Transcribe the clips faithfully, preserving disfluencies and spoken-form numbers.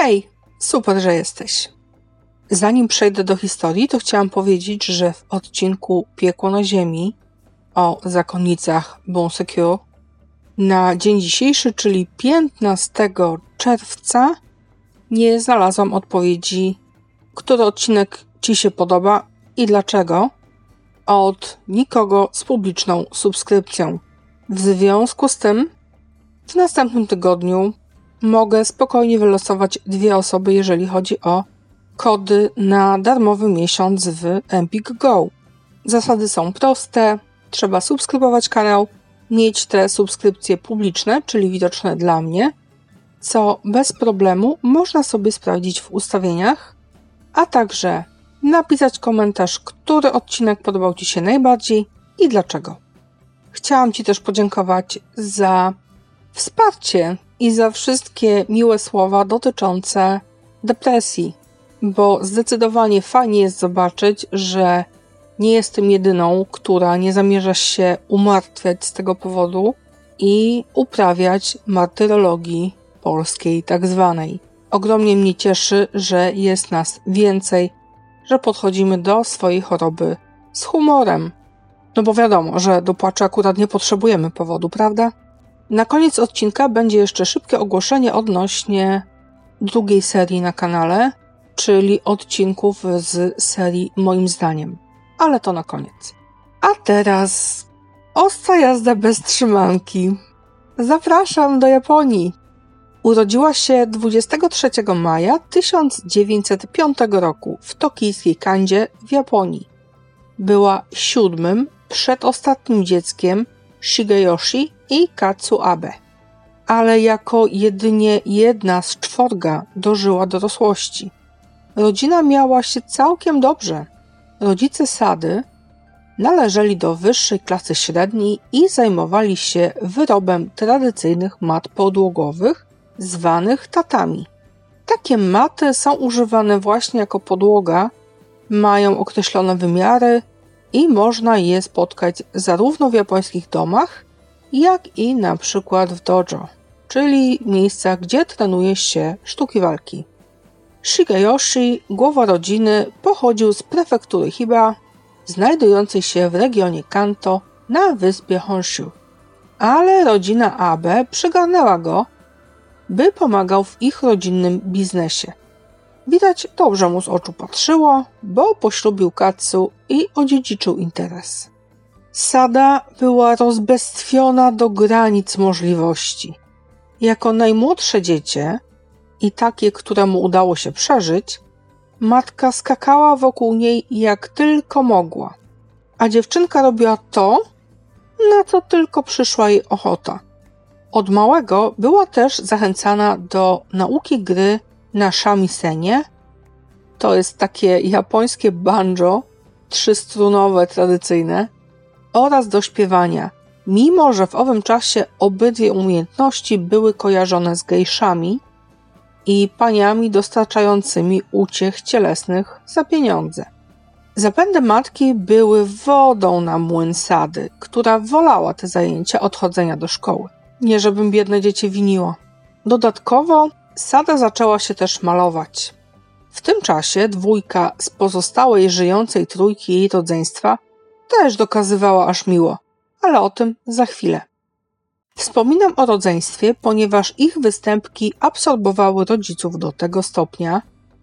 Hej, super, że jesteś. Zanim przejdę do historii, to chciałam powiedzieć, że w odcinku Piekło na ziemi o zakonnicach Bon Secours na dzień dzisiejszy, czyli piętnastego czerwca, nie znalazłam odpowiedzi, który odcinek Ci się podoba i dlaczego, od nikogo z publiczną subskrypcją. W związku z tym w następnym tygodniu mogę spokojnie wylosować dwie osoby, jeżeli chodzi o kody na darmowy miesiąc w Empik Go. Zasady są proste, trzeba subskrybować kanał, mieć te subskrypcje publiczne, czyli widoczne dla mnie, co bez problemu można sobie sprawdzić w ustawieniach, a także napisać komentarz, który odcinek podobał Ci się najbardziej i dlaczego. Chciałam Ci też podziękować za wsparcie i za wszystkie miłe słowa dotyczące depresji, bo zdecydowanie fajnie jest zobaczyć, że nie jestem jedyną, która nie zamierza się umartwiać z tego powodu i uprawiać martyrologii polskiej tak zwanej. Ogromnie mnie cieszy, że jest nas więcej, że podchodzimy do swojej choroby z humorem. No bo wiadomo, że do płaczu akurat nie potrzebujemy powodu, prawda? Na koniec odcinka będzie jeszcze szybkie ogłoszenie odnośnie drugiej serii na kanale, czyli odcinków z serii Moim zdaniem. Ale to na koniec. A teraz ostra jazda bez trzymanki. Zapraszam do Japonii. Urodziła się dwudziestego trzeciego maja tysiąc dziewięćset piątego roku w tokijskiej Kandzie w Japonii. Była siódmym, przedostatnim dzieckiem Shigeyoshi i Katsu Abe, ale jako jedynie jedna z czworga dożyła dorosłości. Rodzina miała się całkiem dobrze. Rodzice Sady należeli do wyższej klasy średniej i zajmowali się wyrobem tradycyjnych mat podłogowych zwanych tatami. Takie maty są używane właśnie jako podłoga, mają określone wymiary i można je spotkać zarówno w japońskich domach, jak i na przykład w dojo, czyli miejscach, gdzie trenuje się sztuki walki. Shigeyoshi, głowa rodziny, pochodził z prefektury Hiba, znajdującej się w regionie Kanto na wyspie Honshu. Ale rodzina Abe przygarnęła go, by pomagał w ich rodzinnym biznesie. Widać, dobrze mu z oczu patrzyło, bo poślubił Katsu i odziedziczył interes. Sada była rozbestwiona do granic możliwości. Jako najmłodsze dziecię i takie, któremu udało się przeżyć, matka skakała wokół niej jak tylko mogła, a dziewczynka robiła to, na co tylko przyszła jej ochota. Od małego była też zachęcana do nauki gry na shamisen, to jest takie japońskie banjo, trzystrunowe, tradycyjne, oraz do śpiewania, mimo że w owym czasie obydwie umiejętności były kojarzone z gejszami i paniami dostarczającymi uciech cielesnych za pieniądze. Zapędy matki były wodą na młyn Sady, która wolała te zajęcia od chodzenia do szkoły. Nie żebym biedne dziecię winiła. Dodatkowo Sada zaczęła się też malować. W tym czasie dwójka z pozostałej żyjącej trójki jej rodzeństwa też dokazywała aż miło, ale o tym za chwilę. Wspominam o rodzeństwie, ponieważ ich występki absorbowały rodziców do tego stopnia,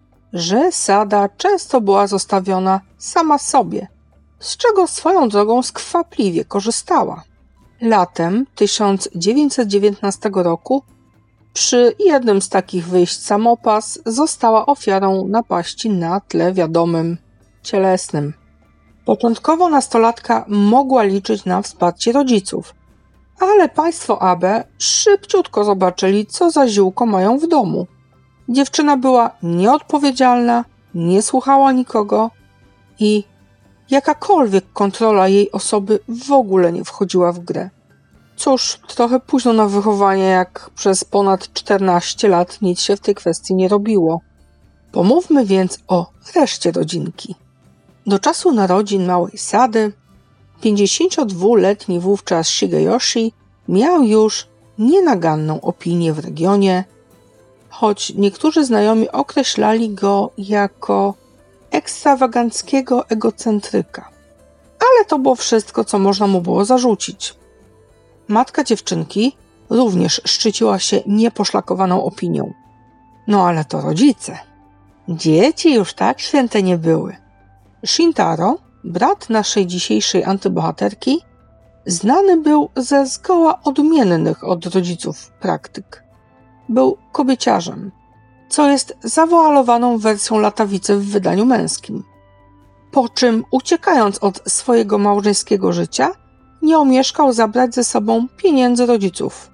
że Sada często była zostawiona sama sobie, z czego swoją drogą skwapliwie korzystała. Latem tysiąc dziewięćset dziewiętnastego roku przy jednym z takich wyjść samopas została ofiarą napaści na tle wiadomym cielesnym. Początkowo nastolatka mogła liczyć na wsparcie rodziców, ale państwo Abe szybciutko zobaczyli, co za ziółko mają w domu. Dziewczyna była nieodpowiedzialna, nie słuchała nikogo i jakakolwiek kontrola jej osoby w ogóle nie wchodziła w grę. Cóż, trochę późno na wychowanie, jak przez ponad czternaście lat nic się w tej kwestii nie robiło. Pomówmy więc o reszcie rodzinki. Do czasu narodzin małej Sady pięćdziesięciodwuletni wówczas Shigeyoshi miał już nienaganną opinię w regionie choć niektórzy znajomi określali go jako ekstrawaganckiego egocentryka. Ale to było wszystko, co można mu było zarzucić. Matka dziewczynki również szczyciła się nieposzlakowaną opinią. No ale to rodzice. Dzieci już tak święte nie były. Shintaro, brat naszej dzisiejszej antybohaterki, znany był ze zgoła odmiennych od rodziców praktyk. Był kobieciarzem, co jest zawoalowaną wersją latawicy w wydaniu męskim. Po czym, uciekając od swojego małżeńskiego życia, nie omieszkał zabrać ze sobą pieniędzy rodziców.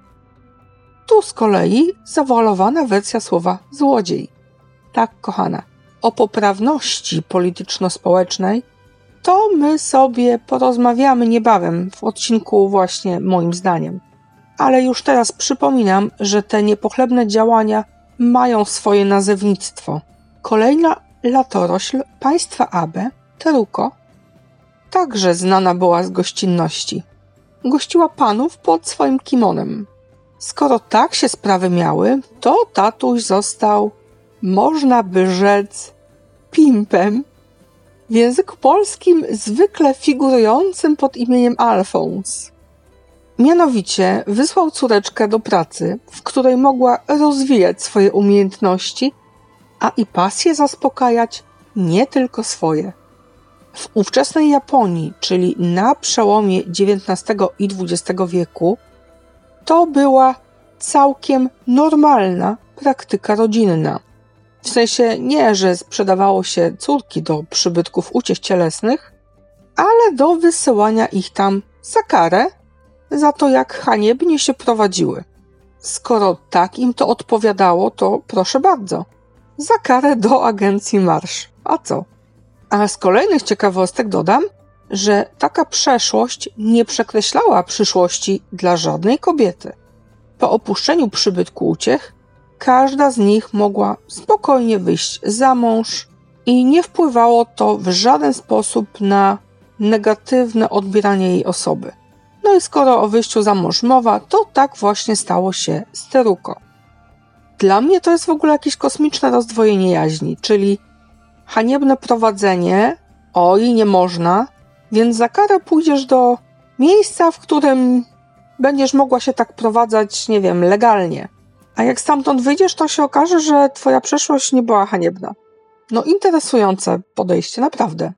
Tu z kolei zawoalowana wersja słowa złodziej. Tak, kochana, o poprawności polityczno-społecznej to my sobie porozmawiamy niebawem w odcinku właśnie moim zdaniem. Ale już teraz przypominam, że te niepochlebne działania mają swoje nazewnictwo. Kolejna latorośl państwa Abe, Teruko, także znana była z gościnności. Gościła panów pod swoim kimonem. Skoro tak się sprawy miały, to tatuś został, można by rzec, pimpem, w języku polskim zwykle figurującym pod imieniem Alfons. Mianowicie wysłał córeczkę do pracy, w której mogła rozwijać swoje umiejętności, a i pasje zaspokajać, nie tylko swoje. W ówczesnej Japonii, czyli na przełomie dziewiętnastego i dwudziestego wieku, to była całkiem normalna praktyka rodzinna. W sensie nie, że sprzedawało się córki do przybytków uciech cielesnych, ale do wysyłania ich tam za karę, za to jak haniebnie się prowadziły. Skoro tak im to odpowiadało, to proszę bardzo, za karę do agencji marsz. A co? A z kolejnych ciekawostek dodam, że taka przeszłość nie przekreślała przyszłości dla żadnej kobiety. Po opuszczeniu przybytku uciech każda z nich mogła spokojnie wyjść za mąż i nie wpływało to w żaden sposób na negatywne odbieranie jej osoby. No i skoro o wyjściu za mąż mowa, to tak właśnie stało się z Teruko. Dla mnie to jest w ogóle jakieś kosmiczne rozdwojenie jaźni, czyli haniebne prowadzenie, oj, nie można, więc za karę pójdziesz do miejsca, w którym będziesz mogła się tak prowadzać, nie wiem, legalnie. A jak stamtąd wyjdziesz, to się okaże, że twoja przeszłość nie była haniebna. No interesujące podejście, naprawdę.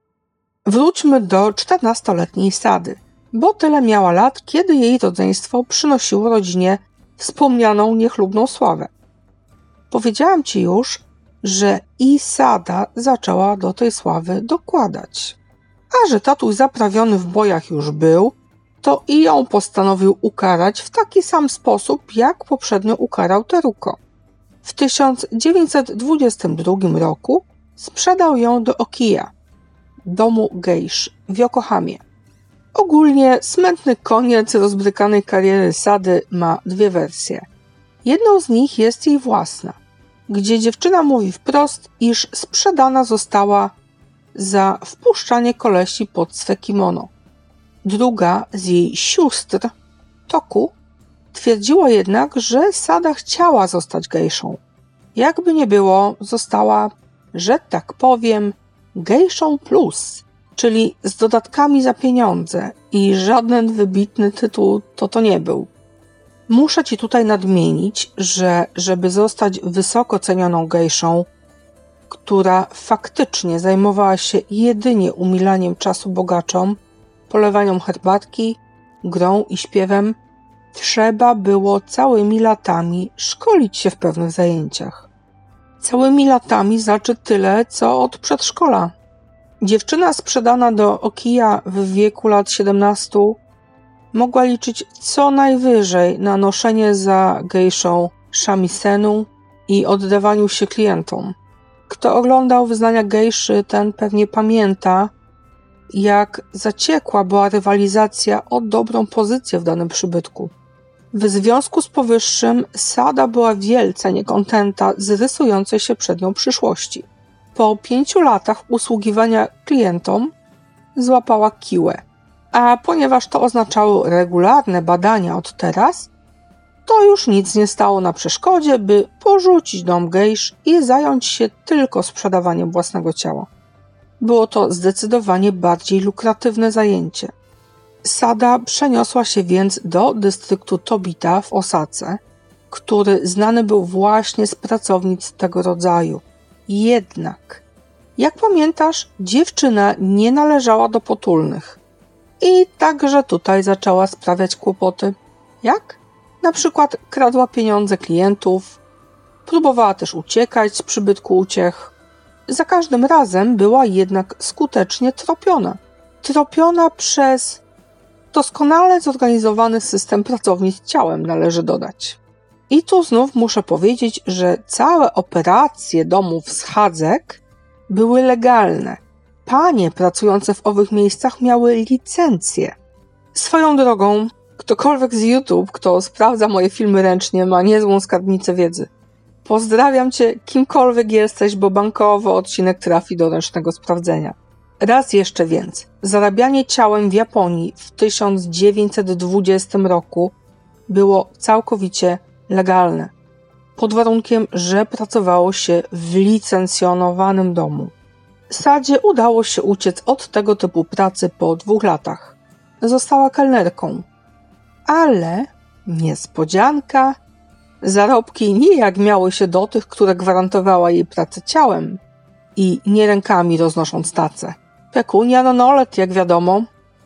Wróćmy do czternastoletniej Sady, bo tyle miała lat, kiedy jej rodzeństwo przynosiło rodzinie wspomnianą niechlubną sławę. Powiedziałam ci już, że i Sada zaczęła do tej sławy dokładać. A że tatuś zaprawiony w bojach już był, to i ją postanowił ukarać w taki sam sposób, jak poprzednio ukarał Teruko. W tysiąc dziewięćset dwudziestym drugim roku sprzedał ją do Okiya, domu gejsz w Yokohamie. Ogólnie smętny koniec rozbrykanej kariery Sady ma dwie wersje. Jedną z nich jest jej własna, gdzie dziewczyna mówi wprost, iż sprzedana została za wpuszczanie kolesi pod swe kimono. Druga z jej sióstr, Toku, twierdziła jednak, że Sada chciała zostać gejszą. Jakby nie było, została, że tak powiem, gejszą plus, czyli z dodatkami za pieniądze i żaden wybitny tytuł to to nie był. Muszę ci tutaj nadmienić, że żeby zostać wysoko cenioną gejszą, która faktycznie zajmowała się jedynie umilaniem czasu bogaczom, polewaniem herbatki, grą i śpiewem, trzeba było całymi latami szkolić się w pewnych zajęciach. Całymi latami znaczy tyle, co od przedszkola. Dziewczyna sprzedana do Okiya w wieku lat siedemnastu mogła liczyć co najwyżej na noszenie za gejszą shamisen i oddawaniu się klientom. Kto oglądał wyznania gejszy, ten pewnie pamięta, jak zaciekła była rywalizacja o dobrą pozycję w danym przybytku. W związku z powyższym Sada była wielce niekontenta z rysującej się przed nią przyszłości. Po pięciu latach usługiwania klientom złapała kiłę, a ponieważ to oznaczało regularne badania od teraz, to już nic nie stało na przeszkodzie, by porzucić dom gejsz i zająć się tylko sprzedawaniem własnego ciała. Było to zdecydowanie bardziej lukratywne zajęcie. Sada przeniosła się więc do dystryktu Tobita w Osace, który znany był właśnie z pracownic tego rodzaju. Jednak, jak pamiętasz, dziewczyna nie należała do potulnych. I także tutaj zaczęła sprawiać kłopoty. Jak? Na przykład kradła pieniądze klientów, próbowała też uciekać z przybytku uciech. Za każdym razem była jednak skutecznie tropiona. Tropiona przez doskonale zorganizowany system pracownic ciałem, należy dodać. I tu znów muszę powiedzieć, że całe operacje domów schadzek były legalne. Panie pracujące w owych miejscach miały licencje. Swoją drogą, ktokolwiek z YouTube, kto sprawdza moje filmy ręcznie, ma niezłą skarbnicę wiedzy. Pozdrawiam Cię, kimkolwiek jesteś, bo bankowo odcinek trafi do ręcznego sprawdzenia. Raz jeszcze więc, zarabianie ciałem w Japonii w tysiąc dziewięćset dwudziestym roku było całkowicie legalne, pod warunkiem, że pracowało się w licencjonowanym domu. Sadzie udało się uciec od tego typu pracy po dwóch latach. Została kelnerką. Ale niespodzianka, zarobki nijak miały się do tych, które gwarantowała jej pracę ciałem i nie rękami roznosząc tacę. Pekunia non olet, jak wiadomo.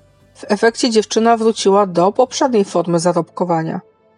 W efekcie dziewczyna wróciła do poprzedniej formy zarobkowania.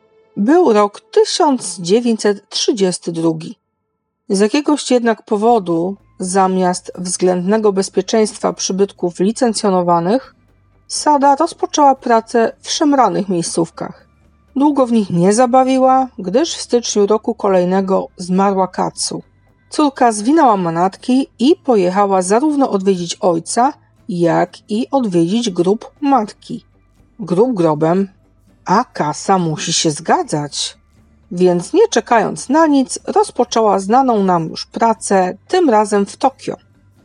Był rok tysiąc dziewięćset trzydziesty drugi. Z jakiegoś jednak powodu, zamiast względnego bezpieczeństwa przybytków licencjonowanych, Sada rozpoczęła pracę w szemranych miejscówkach. Długo w nich nie zabawiła, gdyż w styczniu roku kolejnego zmarła Katsu. Córka zwinęła manatki i pojechała zarówno odwiedzić ojca, jak i odwiedzić grób matki. Grób grobem, a kasa musi się zgadzać. Więc nie czekając na nic, rozpoczęła znaną nam już pracę, tym razem w Tokio.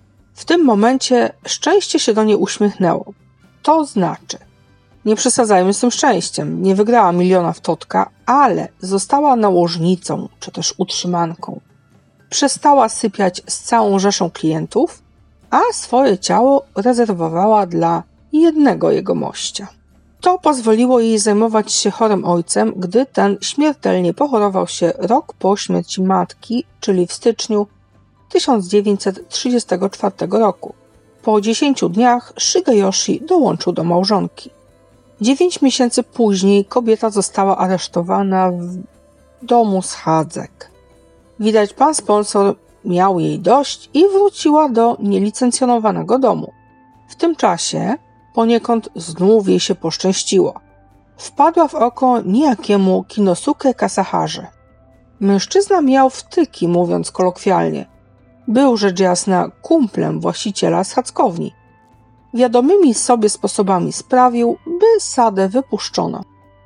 W tym momencie szczęście się do niej uśmiechnęło. To znaczy, nie przesadzajmy z tym szczęściem, nie wygrała miliona w totka, ale została nałożnicą, czy też utrzymanką. Przestała sypiać z całą rzeszą klientów, a swoje ciało rezerwowała dla jednego jegomościa. To pozwoliło jej zajmować się chorym ojcem, gdy ten śmiertelnie pochorował się rok po śmierci matki, czyli w styczniu tysiąc dziewięćset trzydziestego czwartego roku. Po dziesięciu dniach Shigeyoshi dołączył do małżonki. Dziewięć miesięcy później kobieta została aresztowana w domu schadzek. Widać, pan sponsor miał jej dość i wróciła do nielicencjonowanego domu. W tym czasie poniekąd znów jej się poszczęściło. Wpadła w oko niejakiemu Kinosuke Kasaharze. Mężczyzna miał wtyki, mówiąc kolokwialnie. Był rzecz jasna kumplem właściciela schackowni. Wiadomymi sobie sposobami sprawił, by Sadę wypuszczono.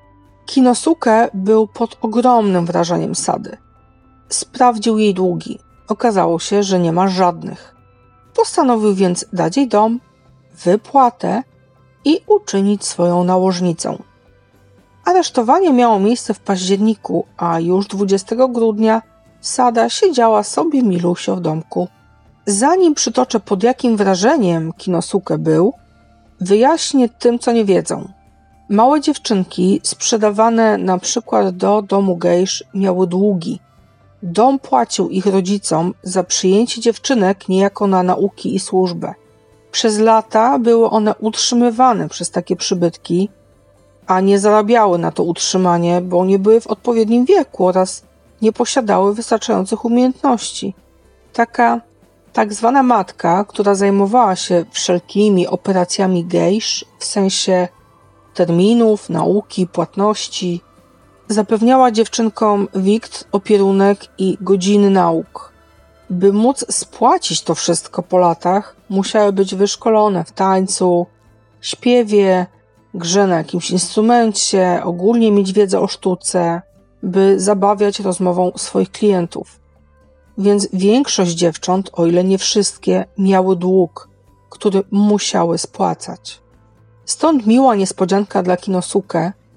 Kinosuke był pod ogromnym wrażeniem Sady. Sprawdził jej długi. Okazało się, że nie ma żadnych. Postanowił więc dać jej dom, wypłatę i uczynić swoją nałożnicą. Aresztowanie miało miejsce w październiku, a już dwudziestego grudnia Sada siedziała sobie milusio w domku. Zanim przytoczę, pod jakim wrażeniem Kinosuke był, wyjaśnię tym, co nie wiedzą. Małe dziewczynki sprzedawane na przykład do domu gejsz miały długi. Dom płacił ich rodzicom za przyjęcie dziewczynek niejako na nauki i służbę. Przez lata były one utrzymywane przez takie przybytki, a nie zarabiały na to utrzymanie, bo nie były w odpowiednim wieku oraz nie posiadały wystarczających umiejętności. Taka tak zwana matka, która zajmowała się wszelkimi operacjami gejsz w sensie terminów, nauki, płatności, zapewniała dziewczynkom wikt, opierunek i godziny nauk. By móc spłacić to wszystko po latach, musiały być wyszkolone w tańcu, śpiewie, grze na jakimś instrumencie, ogólnie mieć wiedzę o sztuce, by zabawiać rozmową swoich klientów. Więc większość dziewcząt, o ile nie wszystkie, miały dług, który musiały spłacać. Stąd miła niespodzianka dla Kinosuke,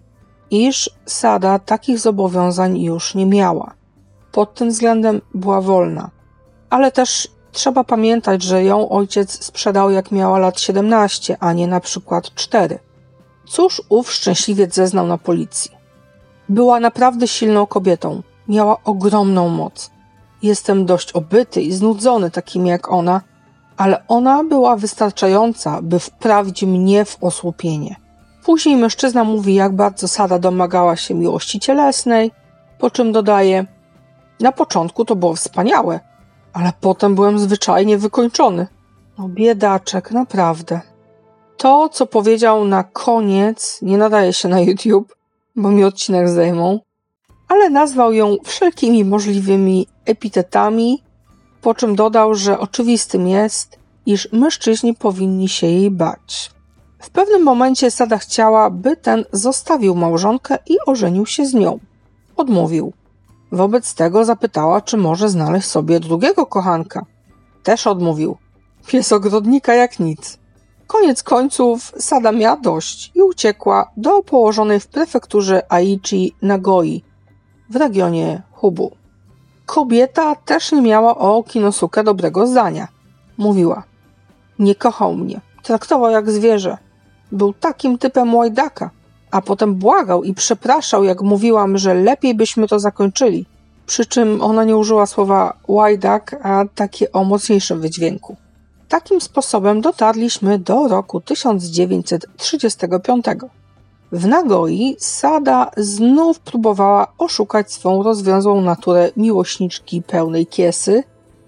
iż Sada takich zobowiązań już nie miała. Pod tym względem była wolna. Ale też trzeba pamiętać, że ją ojciec sprzedał jak miała lat siedemnaście, a nie na przykład cztery. Cóż ów szczęśliwiec zeznał na policji? Była naprawdę silną kobietą. Miała ogromną moc. Jestem dość obyty i znudzony takimi jak ona, ale ona była wystarczająca, by wprawić mnie w osłupienie. Później mężczyzna mówi, jak bardzo Sada domagała się miłości cielesnej, po czym dodaje: na początku to było wspaniałe, ale potem byłem zwyczajnie wykończony. No biedaczek, naprawdę. To, co powiedział na koniec, nie nadaje się na YouTube, bo mi odcinek zdejmą, ale nazwał ją wszelkimi możliwymi epitetami, po czym dodał, że oczywistym jest, iż mężczyźni powinni się jej bać. W pewnym momencie Sada chciała, by ten zostawił małżonkę i ożenił się z nią. Odmówił. Wobec tego zapytała, czy może znaleźć sobie drugiego kochanka. Też odmówił. Pies ogrodnika jak nic. Koniec końców Sada miała dość i uciekła do położonej w prefekturze Aichi Nagoi w regionie Hubu. Kobieta też nie miała o Kinosuke dobrego zdania. Mówiła: nie kochał mnie, traktował jak zwierzę. Był takim typem łajdaka, a potem błagał i przepraszał, jak mówiłam, że lepiej byśmy to zakończyli. Przy czym ona nie użyła słowa łajdak, a takie o mocniejszym wydźwięku. Takim sposobem dotarliśmy do roku tysiąc dziewięćset trzydziestego piątego. W Nagoi Sada znów próbowała oszukać swą rozwiązłą naturę miłośniczki pełnej kiesy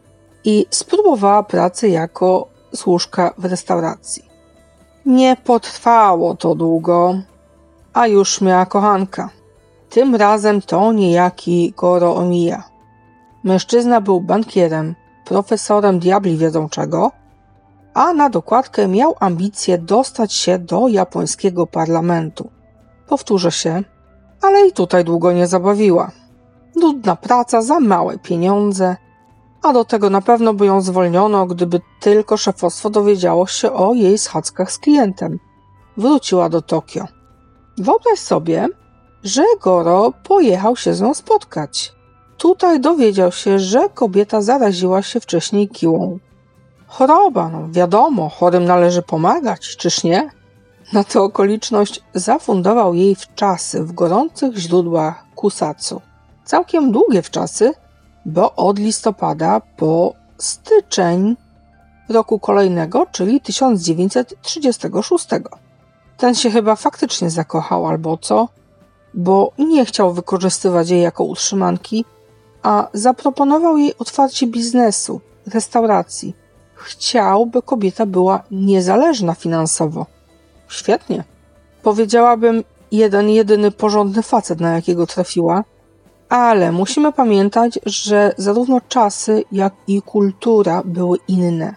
i spróbowała pracy jako służka w restauracji. Nie potrwało to długo, a już miała kochanka. Tym razem to niejaki Goro Omiya. Mężczyzna był bankierem, profesorem diabli wiedzą czego, a na dokładkę miał ambicje dostać się do japońskiego parlamentu. Powtórzę się, ale i tutaj długo nie zabawiła. Nudna praca za małe pieniądze, a do tego na pewno by ją zwolniono, gdyby tylko szefostwo dowiedziało się o jej schadzkach z klientem. Wróciła do Tokio. Wyobraź sobie, że Goro pojechał się z nią spotkać. Tutaj dowiedział się, że kobieta zaraziła się wcześniej kiłą. Choroba, no wiadomo, chorym należy pomagać, czyż nie? Na tę okoliczność zafundował jej wczasy w gorących źródłach Kusatsu. Całkiem długie wczasy, bo od listopada po styczeń roku kolejnego, czyli tysiąc dziewięćset trzydziestego szóstego. Ten się chyba faktycznie zakochał albo co, bo nie chciał wykorzystywać jej jako utrzymanki, a zaproponował jej otwarcie biznesu, restauracji. Chciał, by kobieta była niezależna finansowo. Świetnie. Powiedziałabym, jeden jedyny porządny facet, na jakiego trafiła, ale musimy pamiętać, że zarówno czasy, jak i kultura były inne.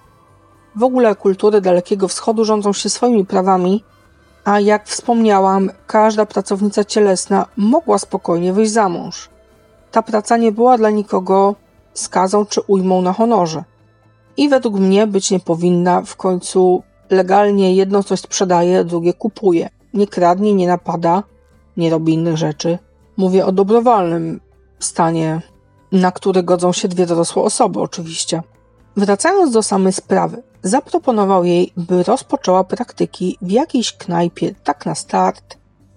W ogóle kultury Dalekiego Wschodu rządzą się swoimi prawami, a jak wspomniałam, każda pracownica cielesna mogła spokojnie wyjść za mąż. Ta praca nie była dla nikogo skazą czy ujmą na honorze. I według mnie być nie powinna, w końcu legalnie jedno coś sprzedaje, drugie kupuje. Nie kradnie, nie napada, nie robi innych rzeczy. Mówię o dobrowolnym stanie, na który godzą się dwie dorosłe osoby oczywiście. Wracając do samej sprawy, zaproponował jej, by rozpoczęła praktyki w jakiejś knajpie tak na start,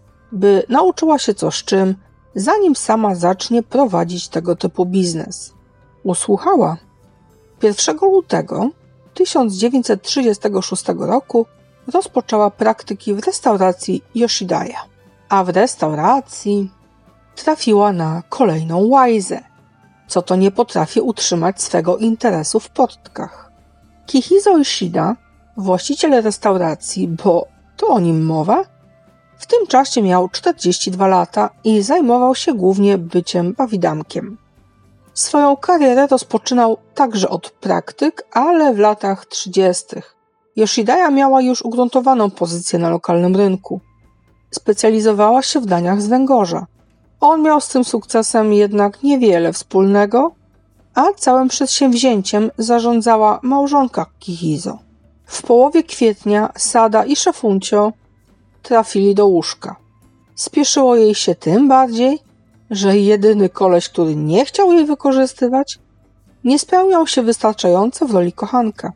by nauczyła się co z czym, zanim sama zacznie prowadzić tego typu biznes. Usłuchała. pierwszego lutego tysiąc dziewięćset trzydziestego szóstego roku rozpoczęła praktyki w restauracji Yoshidaya, a w restauracji trafiła na kolejną łajzę, co to nie potrafi utrzymać swego interesu w portkach. Kihizo Ishida, właściciel restauracji, bo to o nim mowa, w tym czasie miał czterdzieści dwa lata i zajmował się głównie byciem bawidamkiem. Swoją karierę rozpoczynał także od praktyk, ale w latach trzydziestych. Yoshidaya miała już ugruntowaną pozycję na lokalnym rynku. Specjalizowała się w daniach z węgorza. On miał z tym sukcesem jednak niewiele wspólnego, a całym przedsięwzięciem zarządzała małżonka Kihizo. W połowie kwietnia Sada i szefuncio trafili do łóżka. Spieszyło jej się tym bardziej, że jedyny koleś, który nie chciał jej wykorzystywać, nie spełniał się wystarczająco w roli kochanka,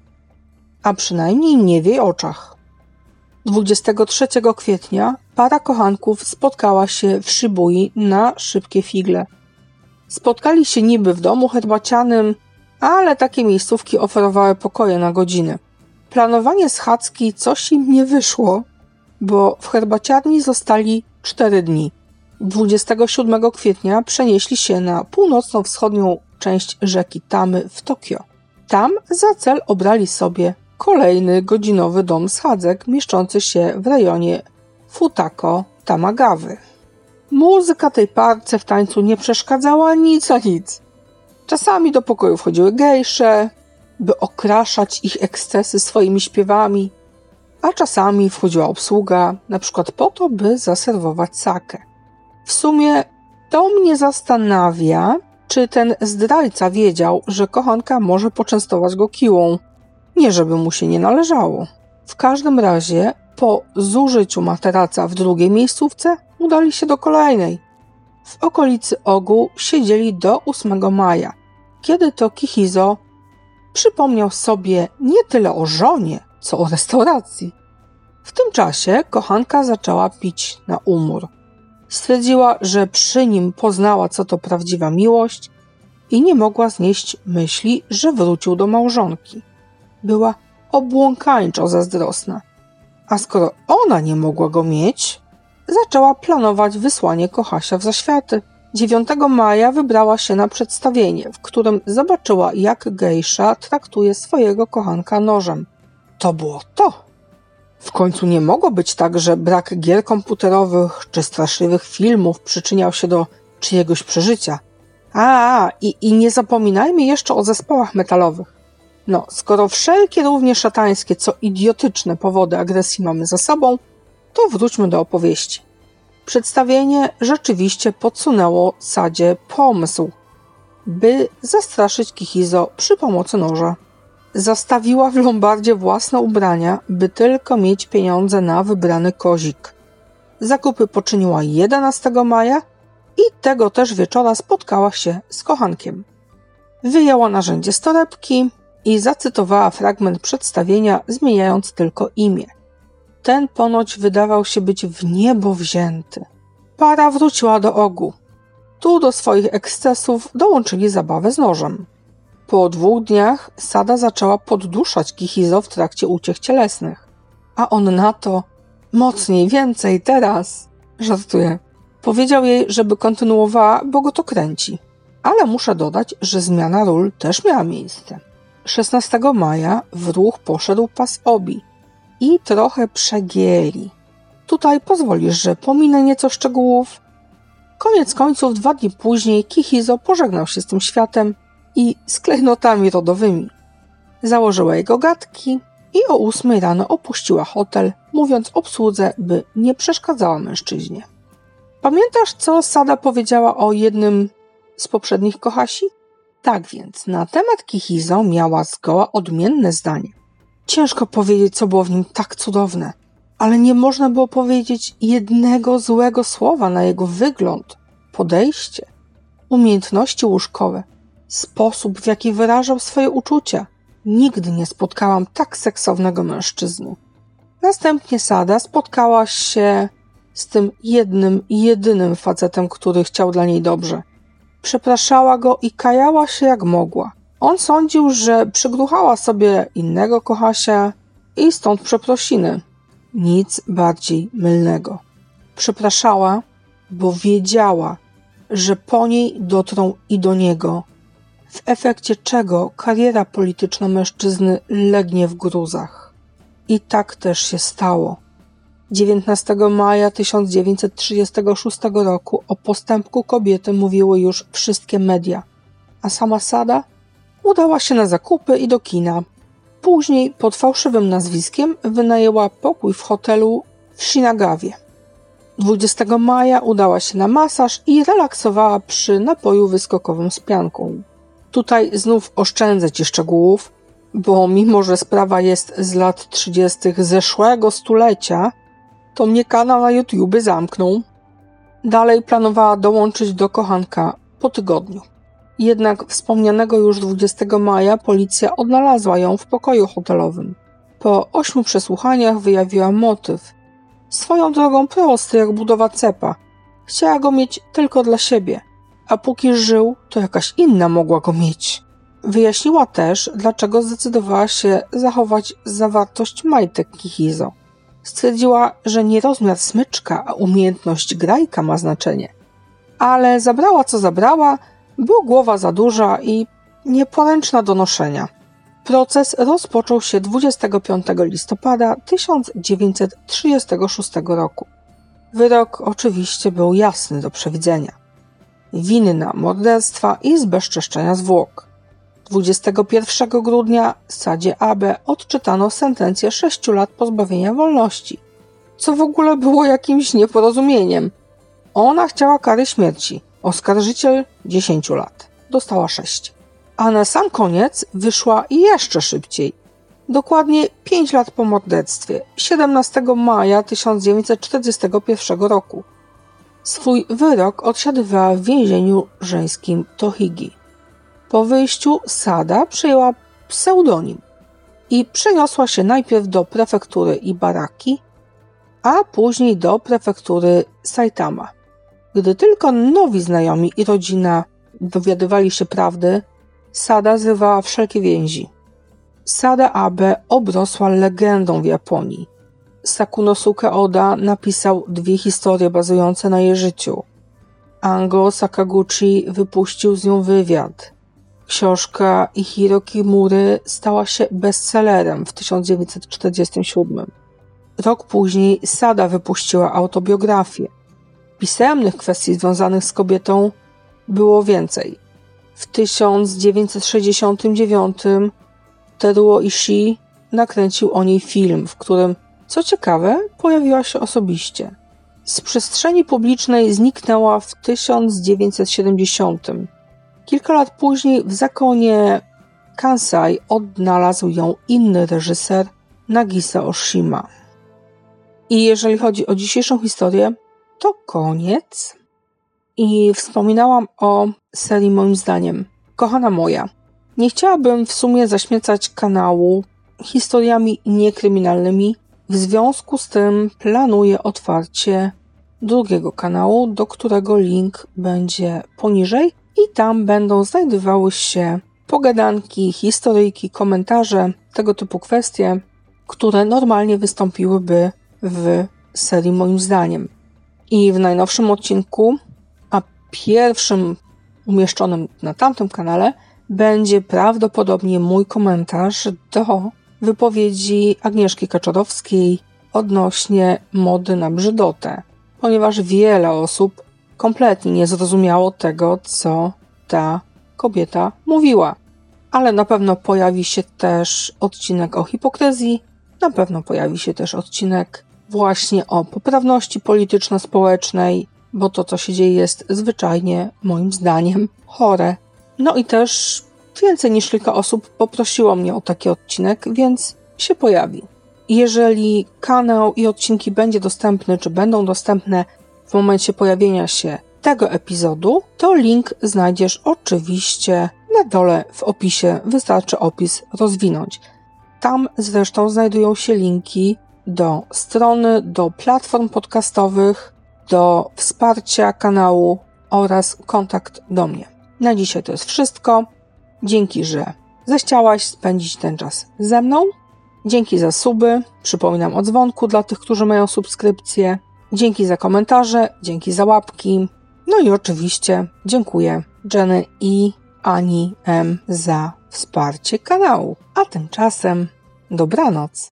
a przynajmniej nie w jej oczach. dwudziestego trzeciego kwietnia para kochanków spotkała się w Shibui na szybkie figle. Spotkali się niby w domu herbacianym, ale takie miejscówki oferowały pokoje na godzinę. Planowanie schadzki coś im nie wyszło, bo w herbaciarni zostali cztery dni. dwudziestego siódmego kwietnia przenieśli się na północno-wschodnią część rzeki Tamy w Tokio. Tam za cel obrali sobie kolejny godzinowy dom schadzek mieszczący się w rejonie Futako Tamagawy. Muzyka tej parce w tańcu nie przeszkadzała nic a nic. Czasami do pokoju wchodziły gejsze, by okraszać ich ekscesy swoimi śpiewami, a czasami wchodziła obsługa, na przykład po to, by zaserwować sakę. W sumie to mnie zastanawia, czy ten zdrajca wiedział, że kochanka może poczęstować go kiłą. Nie, żeby mu się nie należało. W każdym razie po zużyciu materaca w drugiej miejscówce udali się do kolejnej. W okolicy Ogu siedzieli do ósmego maja, kiedy to Kihizo przypomniał sobie nie tyle o żonie, co o restauracji. W tym czasie kochanka zaczęła pić na umór. Stwierdziła, że przy nim poznała, co to prawdziwa miłość i nie mogła znieść myśli, że wrócił do małżonki. Była obłąkańczo zazdrosna, a skoro ona nie mogła go mieć, zaczęła planować wysłanie Kohasia w zaświaty. dziewiątego maja wybrała się na przedstawienie, w którym zobaczyła, jak gejsza traktuje swojego kochanka nożem. To było to. W końcu nie mogło być tak, że brak gier komputerowych czy straszliwych filmów przyczyniał się do czyjegoś przeżycia. A, i, i nie zapominajmy jeszcze o zespołach metalowych. No, skoro wszelkie równie szatańskie, co idiotyczne powody agresji mamy za sobą, to wróćmy do opowieści. Przedstawienie rzeczywiście podsunęło Sadzie pomysł, by zastraszyć Kihizo przy pomocy noża. Zastawiła w lombardzie własne ubrania, by tylko mieć pieniądze na wybrany kozik. Zakupy poczyniła jedenastego maja i tego też wieczora spotkała się z kochankiem. Wyjęła narzędzie z torebki i zacytowała fragment przedstawienia, zmieniając tylko imię. Ten ponoć wydawał się być w niebo wzięty. Para wróciła do Ogu. Tu do swoich ekscesów dołączyli zabawę z nożem. Po dwóch dniach Sada zaczęła podduszać Kihizo w trakcie uciech cielesnych. A on na to: mocniej, więcej, teraz. Żartuję. Powiedział jej, żeby kontynuowała, bo go to kręci. Ale muszę dodać, że zmiana ról też miała miejsce. szesnastego maja w ruch poszedł pas Obi i trochę przegięli. Tutaj pozwolisz, że pominę nieco szczegółów. Koniec końców, dwa dni później Kihizo pożegnał się z tym światem i z klejnotami rodowymi. Założyła jego gadki i o ósmej rano opuściła hotel, mówiąc obsłudze, by nie przeszkadzała mężczyźnie. Pamiętasz, co Sada powiedziała o jednym z poprzednich Kohasi? Tak więc, na temat Kihizo miała zgoła odmienne zdanie. Ciężko powiedzieć, co było w nim tak cudowne, ale nie można było powiedzieć jednego złego słowa na jego wygląd, podejście, umiejętności łóżkowe, sposób, w jaki wyrażał swoje uczucia. Nigdy nie spotkałam tak seksownego mężczyzny. Następnie Sada spotkała się z tym jednym i jedynym facetem, który chciał dla niej dobrze. Przepraszała go i kajała się jak mogła. On sądził, że przygruchała sobie innego Kohasia i stąd przeprosiny. Nic bardziej mylnego. Przepraszała, bo wiedziała, że po niej dotrą i do niego, w efekcie czego kariera polityczna mężczyzny legnie w gruzach. I tak też się stało. dziewiętnastego maja tysiąc dziewięćset trzydziestego szóstego roku o postępku kobiety mówiły już wszystkie media, a sama Sada udała się na zakupy i do kina. Później pod fałszywym nazwiskiem wynajęła pokój w hotelu w Shinagawie. dwudziestego maja udała się na masaż i relaksowała przy napoju wyskokowym z pianką. Tutaj znów oszczędzę Ci szczegółów, bo mimo że sprawa jest z lat trzydziestych zeszłego stulecia, to mnie kanał na YouTube zamknął. Dalej planowała dołączyć do kochanka po tygodniu. Jednak wspomnianego już dwudziestego maja policja odnalazła ją w pokoju hotelowym. Po ośmiu przesłuchaniach wyjawiła motyw. Swoją drogą prosty jak budowa cepa. Chciała go mieć tylko dla siebie, a póki żył, to jakaś inna mogła go mieć. Wyjaśniła też, dlaczego zdecydowała się zachować zawartość majtek Kihizo. Stwierdziła, że nie rozmiar smyczka, a umiejętność grajka ma znaczenie. Ale zabrała co zabrała, bo głowa za duża i nieporęczna do noszenia. Proces rozpoczął się dwudziestego piątego listopada tysiąc dziewięćset trzydziestego szóstego roku. Wyrok oczywiście był jasny do przewidzenia. Winna morderstwa i zbezczeszczenia zwłok. dwudziestego pierwszego grudnia Sadzie Abe odczytano sentencję sześciu lat pozbawienia wolności, co w ogóle było jakimś nieporozumieniem. Ona chciała kary śmierci, oskarżyciel dziesięciu lat. Dostała sześć. A na sam koniec wyszła jeszcze szybciej. Dokładnie pięć lat po morderstwie, siedemnastego maja tysiąc dziewięćset czterdziestego pierwszego roku. Swój wyrok odsiadywała w więzieniu żeńskim Tohigi. Po wyjściu Sada przejęła pseudonim i przeniosła się najpierw do prefektury Ibaraki, a później do prefektury Saitama. Gdy tylko nowi znajomi i rodzina dowiadywali się prawdy, Sada zrywała wszelkie więzi. Sada Abe obrosła legendą w Japonii. Sakunosuke Oda napisał dwie historie bazujące na jej życiu. Ango Sakaguchi wypuścił z nią wywiad. Książka Ihiro Kimury stała się bestsellerem w tysiąc dziewięćset czterdziestym siódmym. Rok później Sada wypuściła autobiografię. Pisemnych kwestii związanych z kobietą było więcej. W tysiąc dziewięćset sześćdziesiątym dziewiątym Teruo Ishii nakręcił o niej film, w którym, co ciekawe, pojawiła się osobiście. Z przestrzeni publicznej zniknęła w tysiąc dziewięćset siedemdziesiątym. Kilka lat później w zakonie Kansai odnalazł ją inny reżyser, Nagisa Oshima. I jeżeli chodzi o dzisiejszą historię, to koniec. I wspominałam o serii moim zdaniem Kochana moja. Nie chciałabym w sumie zaśmiecać kanału historiami niekryminalnymi. W związku z tym planuję otwarcie drugiego kanału, do którego link będzie poniżej i tam będą znajdowały się pogadanki, historyjki, komentarze, tego typu kwestie, które normalnie wystąpiłyby w serii moim zdaniem. I w najnowszym odcinku, a pierwszym umieszczonym na tamtym kanale, będzie prawdopodobnie mój komentarz do wypowiedzi Agnieszki Kaczorowskiej odnośnie mody na brzydotę, ponieważ wiele osób kompletnie nie zrozumiało tego, co ta kobieta mówiła. Ale na pewno pojawi się też odcinek o hipokryzji, na pewno pojawi się też odcinek właśnie o poprawności polityczno-społecznej, bo to, co się dzieje, jest zwyczajnie, moim zdaniem, chore. No i też więcej niż kilka osób poprosiło mnie o taki odcinek, więc się pojawi. Jeżeli kanał i odcinki będzie dostępny, czy będą dostępne w momencie pojawienia się tego epizodu, to link znajdziesz oczywiście na dole w opisie. Wystarczy opis rozwinąć. Tam zresztą znajdują się linki do strony, do platform podcastowych, do wsparcia kanału oraz kontakt do mnie. Na dzisiaj to jest wszystko. Dzięki, że zechciałaś spędzić ten czas ze mną. Dzięki za suby. Przypominam o dzwonku dla tych, którzy mają subskrypcję. Dzięki za komentarze, dzięki za łapki. No i oczywiście dziękuję Jenny i Ani M za wsparcie kanału. A tymczasem dobranoc.